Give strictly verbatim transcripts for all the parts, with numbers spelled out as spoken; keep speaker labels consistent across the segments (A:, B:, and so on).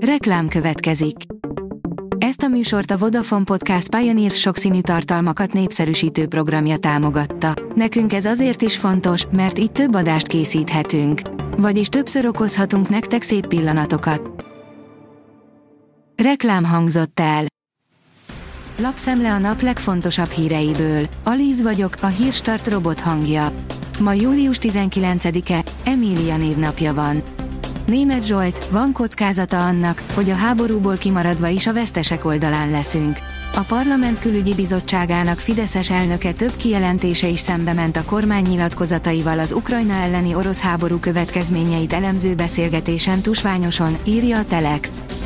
A: Reklám következik. Ezt a műsort a Vodafone Podcast Pioneer sokszínű tartalmakat népszerűsítő programja támogatta. Nekünk ez azért is fontos, mert így több adást készíthetünk. Vagyis többször okozhatunk nektek szép pillanatokat. Reklám hangzott el. Lapszemle a nap legfontosabb híreiből. Alíz vagyok, a Hírstart robot hangja. Ma július tizenkilencedike, Emília névnapja van. Németh Zsolt, van kockázata annak, hogy a háborúból kimaradva is a vesztesek oldalán leszünk. A Parlament Külügyi Bizottságának fideszes elnöke több kijelentése is szembe ment a kormány nyilatkozataival az Ukrajna elleni orosz háború következményeit elemző beszélgetésen tusványosan, írja a Telex.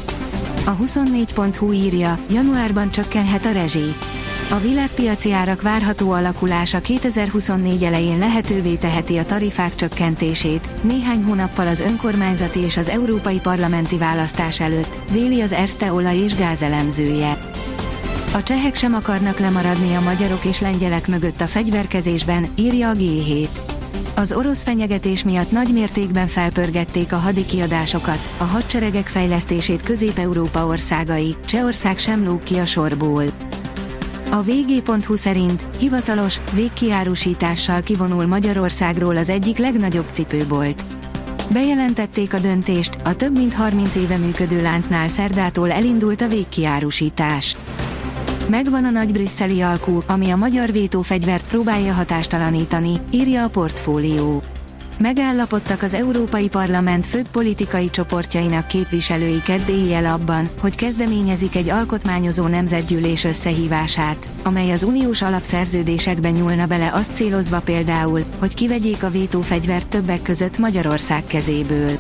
A: A huszonnégy pont hu írja, januárban csökkenhet a rezsi. A világpiaci árak várható alakulása kétezer-huszonnégy elején lehetővé teheti a tarifák csökkentését, néhány hónappal az önkormányzati és az európai parlamenti választás előtt, véli az Erste olaj- és gázelemzője. A csehek sem akarnak lemaradni a magyarok és lengyelek mögött a fegyverkezésben, írja a gé hét. Az orosz fenyegetés miatt nagy mértékben felpörgették a hadikiadásokat, a hadseregek fejlesztését Közép-Európa országai, Csehország sem lóg ki a sorból. A vé gé pont hu szerint hivatalos, végkiárusítással kivonul Magyarországról az egyik legnagyobb cipőbolt. Bejelentették a döntést, a több mint harminc éve működő láncnál szerdától elindult a végkiárusítás. Megvan a nagy brüsszeli alkú, ami a magyar vétófegyvert próbálja hatástalanítani, írja a Portfólió. Megállapodtak az Európai Parlament főbb politikai csoportjainak képviselői kedd éjjel abban, hogy kezdeményezik egy alkotmányozó nemzetgyűlés összehívását, amely az uniós alapszerződésekben nyúlna bele, azt célozva például, hogy kivegyék a vétófegyvert többek között Magyarország kezéből.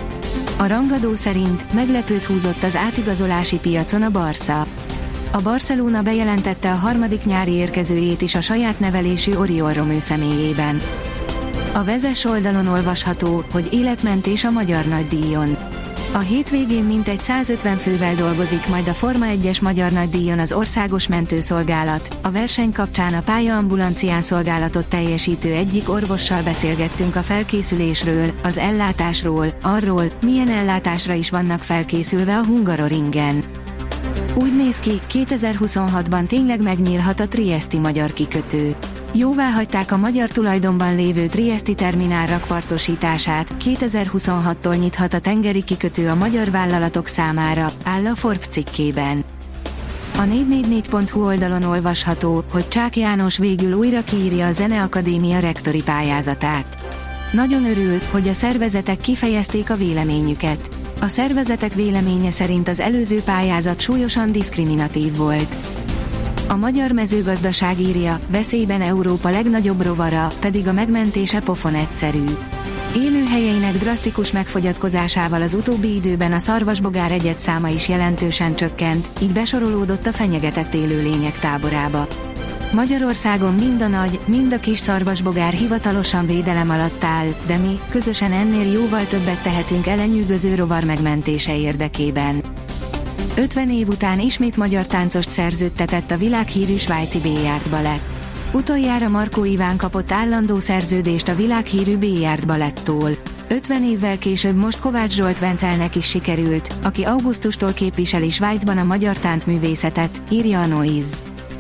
A: A rangadó szerint meglepőt húzott az átigazolási piacon a Barca. A Barcelona bejelentette a harmadik nyári érkezőjét is a saját nevelésű Oriol Romeu személyében. A Vezes oldalon olvasható, hogy életmentés a Magyar Nagydíjon. A hétvégén mintegy százötven fővel dolgozik majd a Forma egyes Magyar Nagydíjon az Országos Mentőszolgálat. A verseny kapcsán a pályaambulancián szolgálatot teljesítő egyik orvossal beszélgettünk a felkészülésről, az ellátásról, arról, milyen ellátásra is vannak felkészülve a Hungaroringen. Úgy néz ki, kétezer-huszonhatban tényleg megnyílhat a trieszti magyar kikötő. Jóváhagyták a magyar tulajdonban lévő trieszti terminál rakpartosítását, kétezer-huszonhattól nyithat a tengeri kikötő a magyar vállalatok számára, áll a Forbes cikkében. A négy négy négy pont hu oldalon olvasható, hogy Csák János végül újra kiírja a Zeneakadémia rektori pályázatát. Nagyon örül, hogy a szervezetek kifejezték a véleményüket. A szervezetek véleménye szerint az előző pályázat súlyosan diszkriminatív volt. A Magyar Mezőgazdaság írja, veszélyben Európa legnagyobb rovara, pedig a megmentése pofon egyszerű. Élőhelyeinek drasztikus megfogyatkozásával az utóbbi időben a szarvasbogár egyedszáma is jelentősen csökkent, így besorolódott a fenyegetett élőlények táborába. Magyarországon mind a nagy, mind a kis szarvasbogár hivatalosan védelem alatt áll, de mi, közösen ennél jóval többet tehetünk elenyűgöző rovar megmentése érdekében. ötven év után ismét magyar táncost szerződtetett a világhírű svájci Béjárt balett. Utoljára Markó Iván kapott állandó szerződést a világhírű Béjárt balettól. ötven évvel később most Kovács Zsolt Vencelnek is sikerült, aki augusztustól képviseli Svájcban a magyar táncművészetet, írja a Noise.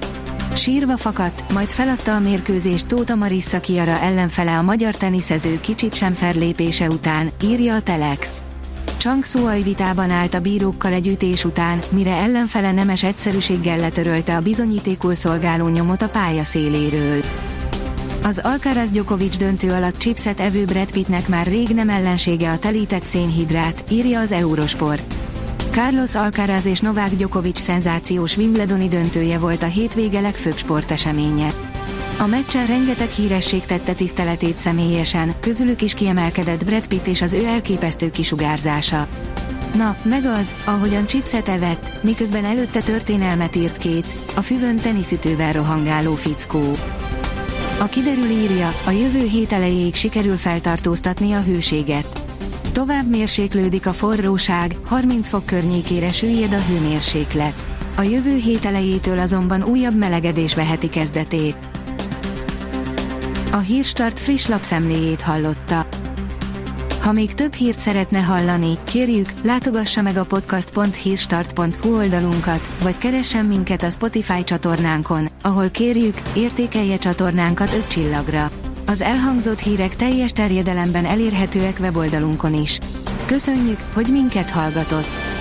A: Sírva fakadt, majd feladta a mérkőzést Tóth Marissa Chiara ellenfele a magyar teniszező kicsit sem fellépése után, írja a Telex. Chang Shuai vitában állt a bírókkal egy ütés után, mire ellenfele nemes egyszerűséggel letörölte a bizonyítékul szolgáló nyomot a pálya széléről. Az Alcaraz-Djokovic döntő alatt chipset evő Brad Pittnek már rég nem ellensége a telített szénhidrát, írja az Eurosport. Carlos Alcaraz és Novák Djokovic szenzációs Wimbledoni döntője volt a hétvége legfőbb sporteseménye. A meccsen rengeteg híresség tette tiszteletét személyesen, közülük is kiemelkedett Brad Pitt és az ő elképesztő kisugárzása. Na, meg az, ahogyan chipset evett, miközben előtte történelmet írt két, a füvön teniszütővel rohangáló fickó. A Kiderül írja, a jövő hét elejéig sikerül feltartóztatni a hőséget. Tovább mérséklődik a forróság, harminc fok környékére süllyed a hőmérséklet. A jövő hét elejétől azonban újabb melegedés veheti kezdetét. A Hírstart friss lapszemléjét hallotta. Ha még több hírt szeretne hallani, kérjük, látogassa meg a podcast pont hírstart pont hu oldalunkat, vagy keressen minket a Spotify csatornánkon, ahol kérjük, értékelje csatornánkat öt csillagra. Az elhangzott hírek teljes terjedelemben elérhetőek weboldalunkon is. Köszönjük, hogy minket hallgatott!